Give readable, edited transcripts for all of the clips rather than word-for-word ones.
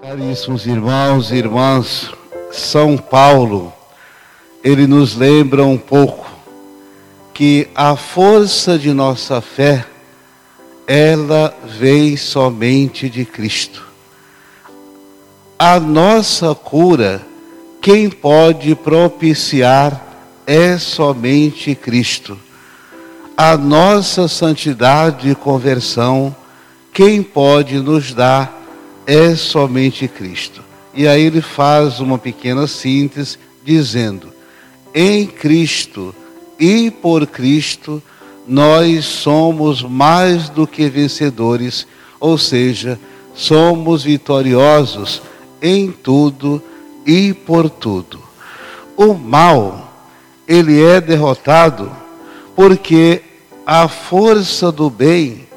Caríssimos irmãos e irmãs, São Paulo, ele nos lembra um pouco que a força de nossa fé, ela vem somente de Cristo. A nossa cura, quem pode propiciar é somente Cristo. A nossa santidade e conversão, quem pode nos dar é somente Cristo. E aí ele faz uma pequena síntese dizendo: em Cristo e por Cristo nós somos mais do que vencedores, ou seja, somos vitoriosos em tudo e por tudo. O mal, ele é derrotado porque a força do bem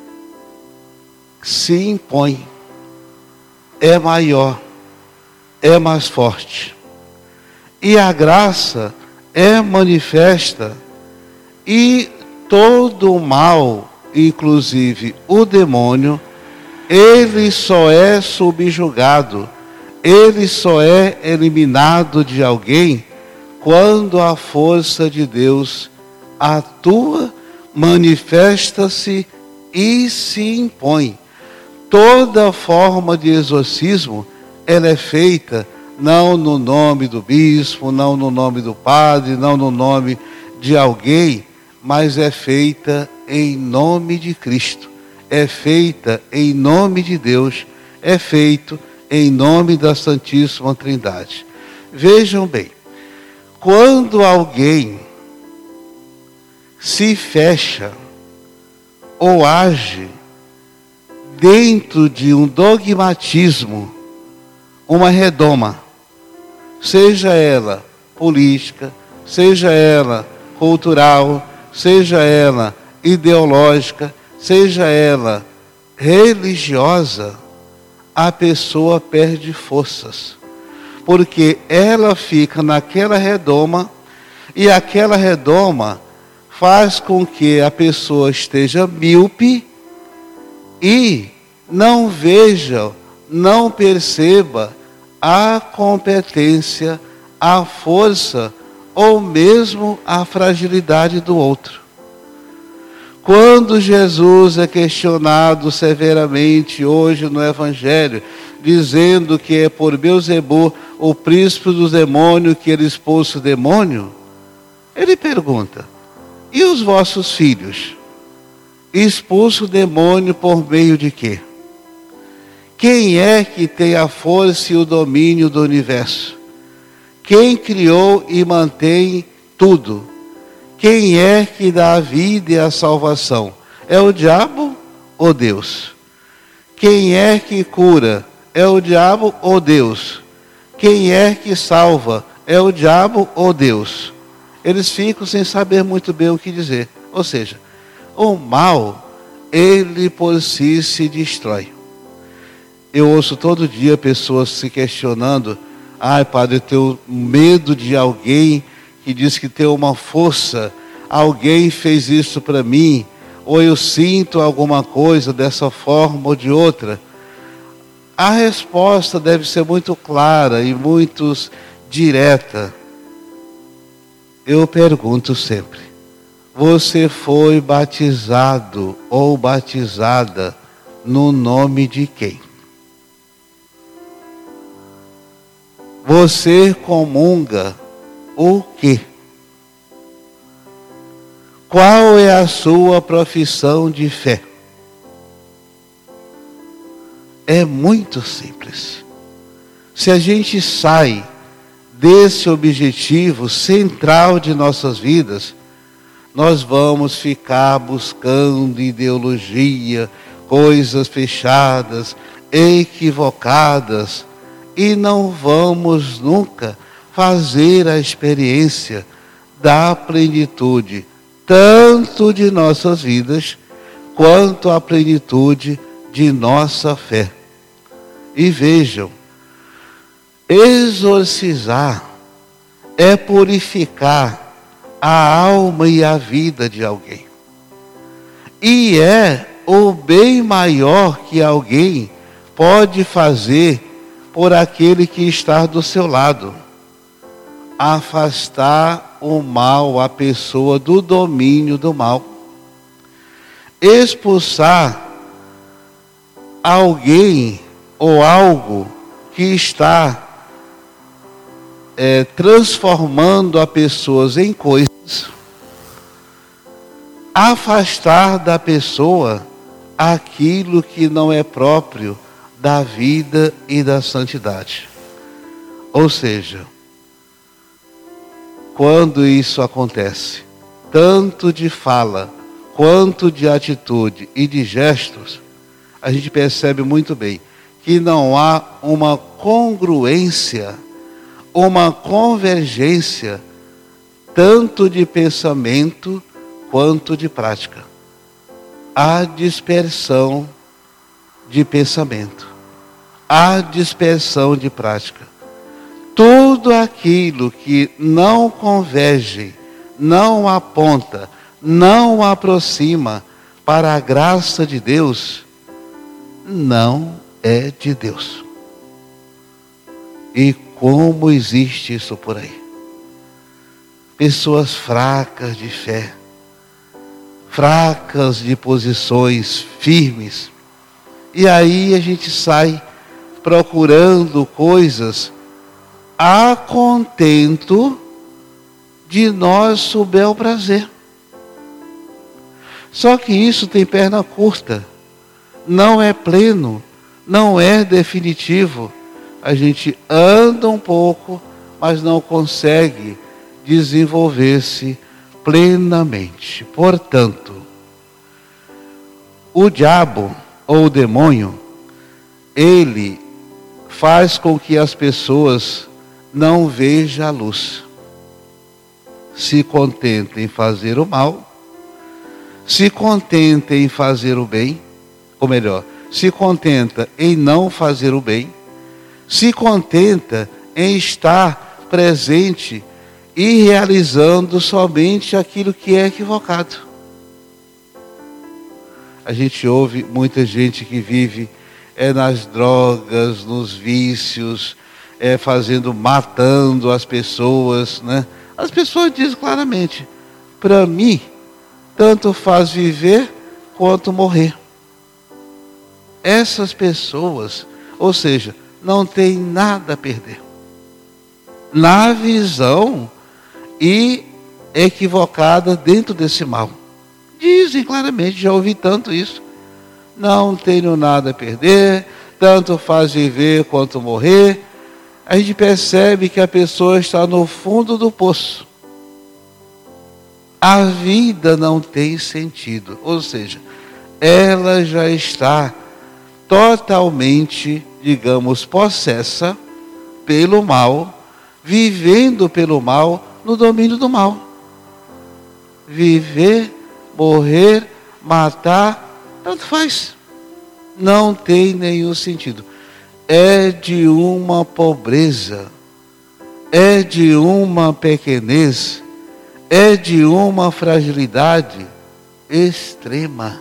se impõe. É maior, é mais forte. E a graça é manifesta e todo o mal, inclusive o demônio, ele só é subjugado, ele só é eliminado de alguém quando a força de Deus atua, manifesta-se e se impõe. Toda forma de exorcismo, ela é feita não no nome do bispo, não no nome do padre, não no nome de alguém, mas é feita em nome de Cristo, é feita em nome de Deus, é feito em nome da Santíssima Trindade. Vejam bem, quando alguém se fecha ou age dentro de um dogmatismo, uma redoma, seja ela política, seja ela cultural, seja ela ideológica, seja ela religiosa, a pessoa perde forças, porque ela fica naquela redoma e aquela redoma faz com que a pessoa esteja míope e não veja, não perceba a competência, a força ou mesmo a fragilidade do outro. Quando Jesus é questionado severamente hoje no Evangelho, dizendo que é por Beelzebú, o príncipe dos demônios, que ele expulsa o demônio, ele pergunta: e os vossos filhos? Expulsa o demônio por meio de quê? Quem é que tem a força e o domínio do universo? Quem criou e mantém tudo? Quem é que dá a vida e a salvação? É o diabo ou Deus? Quem é que cura? É o diabo ou Deus? Quem é que salva? É o diabo ou Deus? Eles ficam sem saber muito bem o que dizer. Ou seja, o mal, ele por si se destrói. Eu ouço todo dia pessoas se questionando: ai, padre, eu tenho medo de alguém que diz que tem uma força, alguém fez isso para mim, ou eu sinto alguma coisa dessa forma ou de outra. A resposta deve ser muito clara e muito direta. Eu pergunto sempre: você foi batizado ou batizada no nome de quem? Você comunga o quê? Qual é a sua profissão de fé? É muito simples. Se a gente sai desse objetivo central de nossas vidas, nós vamos ficar buscando ideologia, coisas fechadas, equivocadas, e não vamos nunca fazer a experiência da plenitude, tanto de nossas vidas, quanto a plenitude de nossa fé. E vejam, exorcizar é purificar a alma e a vida de alguém. E é o bem maior que alguém pode fazer por aquele que está do seu lado. Afastar o mal, a pessoa do domínio do mal. Expulsar alguém ou algo que está transformando a pessoas em coisas. Afastar da pessoa aquilo que não é próprio da vida e da santidade. Ou seja, quando isso acontece, tanto de fala, quanto de atitude e de gestos, a gente percebe muito bem que não há uma congruência, uma convergência, tanto de pensamento quanto de prática. Há dispersão de pensamento, há dispersão de prática. Tudo aquilo que não converge, não aponta, não aproxima para a graça de Deus, não é de Deus. E como existe isso por aí? Pessoas fracas de fé, fracas de posições firmes. E aí a gente sai procurando coisas a contento de nosso bel prazer. Só que isso tem perna curta, não é pleno, não é definitivo. A gente anda um pouco, mas não consegue desenvolver-se plenamente. Portanto, o diabo ou o demônio, ele faz com que as pessoas não vejam a luz. Se contentem em fazer o mal, se contentem em fazer o bem, ou melhor, se contenta em não fazer o bem, se contenta em estar presente e realizando somente aquilo que é equivocado. A gente ouve muita gente que vive nas drogas, nos vícios, matando as pessoas, né? As pessoas dizem claramente: para mim, tanto faz viver quanto morrer. Essas pessoas, ou seja, não têm nada a perder. Na visão e equivocada dentro desse mal. Dizem claramente, já ouvi tanto isso. Não tenho nada a perder, tanto faz viver quanto morrer. A gente percebe que a pessoa está no fundo do poço. A vida não tem sentido, ou seja, ela já está totalmente, digamos, possessa pelo mal, vivendo pelo mal, no domínio do mal. Viver, morrer, matar, tanto faz. Não tem nenhum sentido. É de uma pobreza, é de uma pequenez, é de uma fragilidade extrema.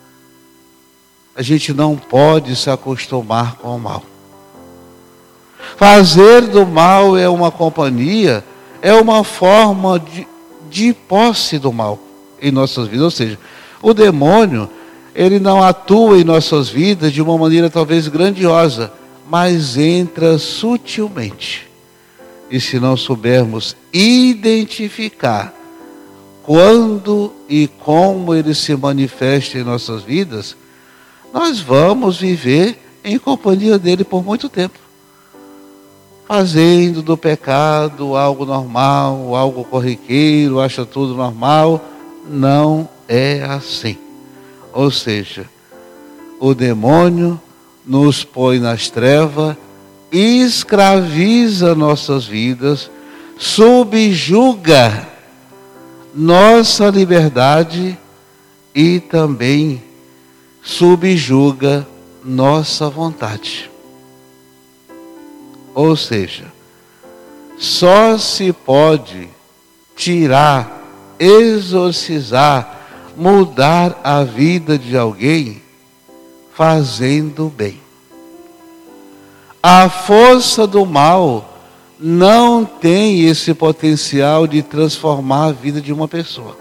A gente não pode se acostumar com o mal. Fazer do mal é uma companhia, é uma forma de posse do mal em nossas vidas. Ou seja, o demônio, ele não atua em nossas vidas de uma maneira talvez grandiosa, mas entra sutilmente. E se não soubermos identificar quando e como ele se manifesta em nossas vidas, nós vamos viver em companhia dele por muito tempo, fazendo do pecado algo normal, algo corriqueiro, acha tudo normal. Não é assim. Ou seja, o demônio nos põe nas trevas, escraviza nossas vidas, subjuga nossa liberdade e também subjuga nossa vontade. Ou seja, só se pode tirar, exorcizar, mudar a vida de alguém fazendo bem. A força do mal não tem esse potencial de transformar a vida de uma pessoa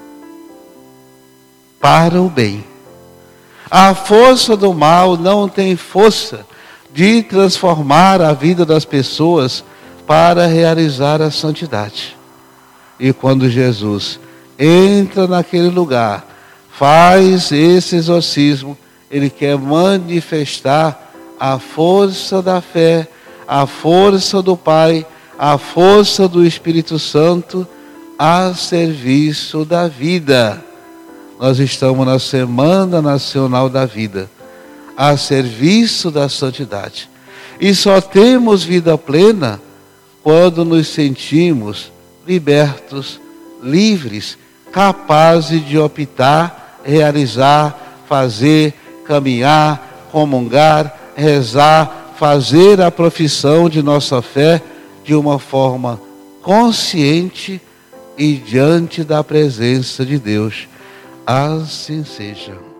para o bem. A força do mal não tem força de transformar a vida das pessoas para realizar a santidade. E quando Jesus entra naquele lugar, faz esse exorcismo, ele quer manifestar a força da fé, a força do Pai, a força do Espírito Santo a serviço da vida. Nós estamos na Semana Nacional da Vida, a serviço da santidade. E só temos vida plena quando nos sentimos libertos, livres, capazes de optar, realizar, fazer, caminhar, comungar, rezar, fazer a profissão de nossa fé de uma forma consciente e diante da presença de Deus. Assim seja.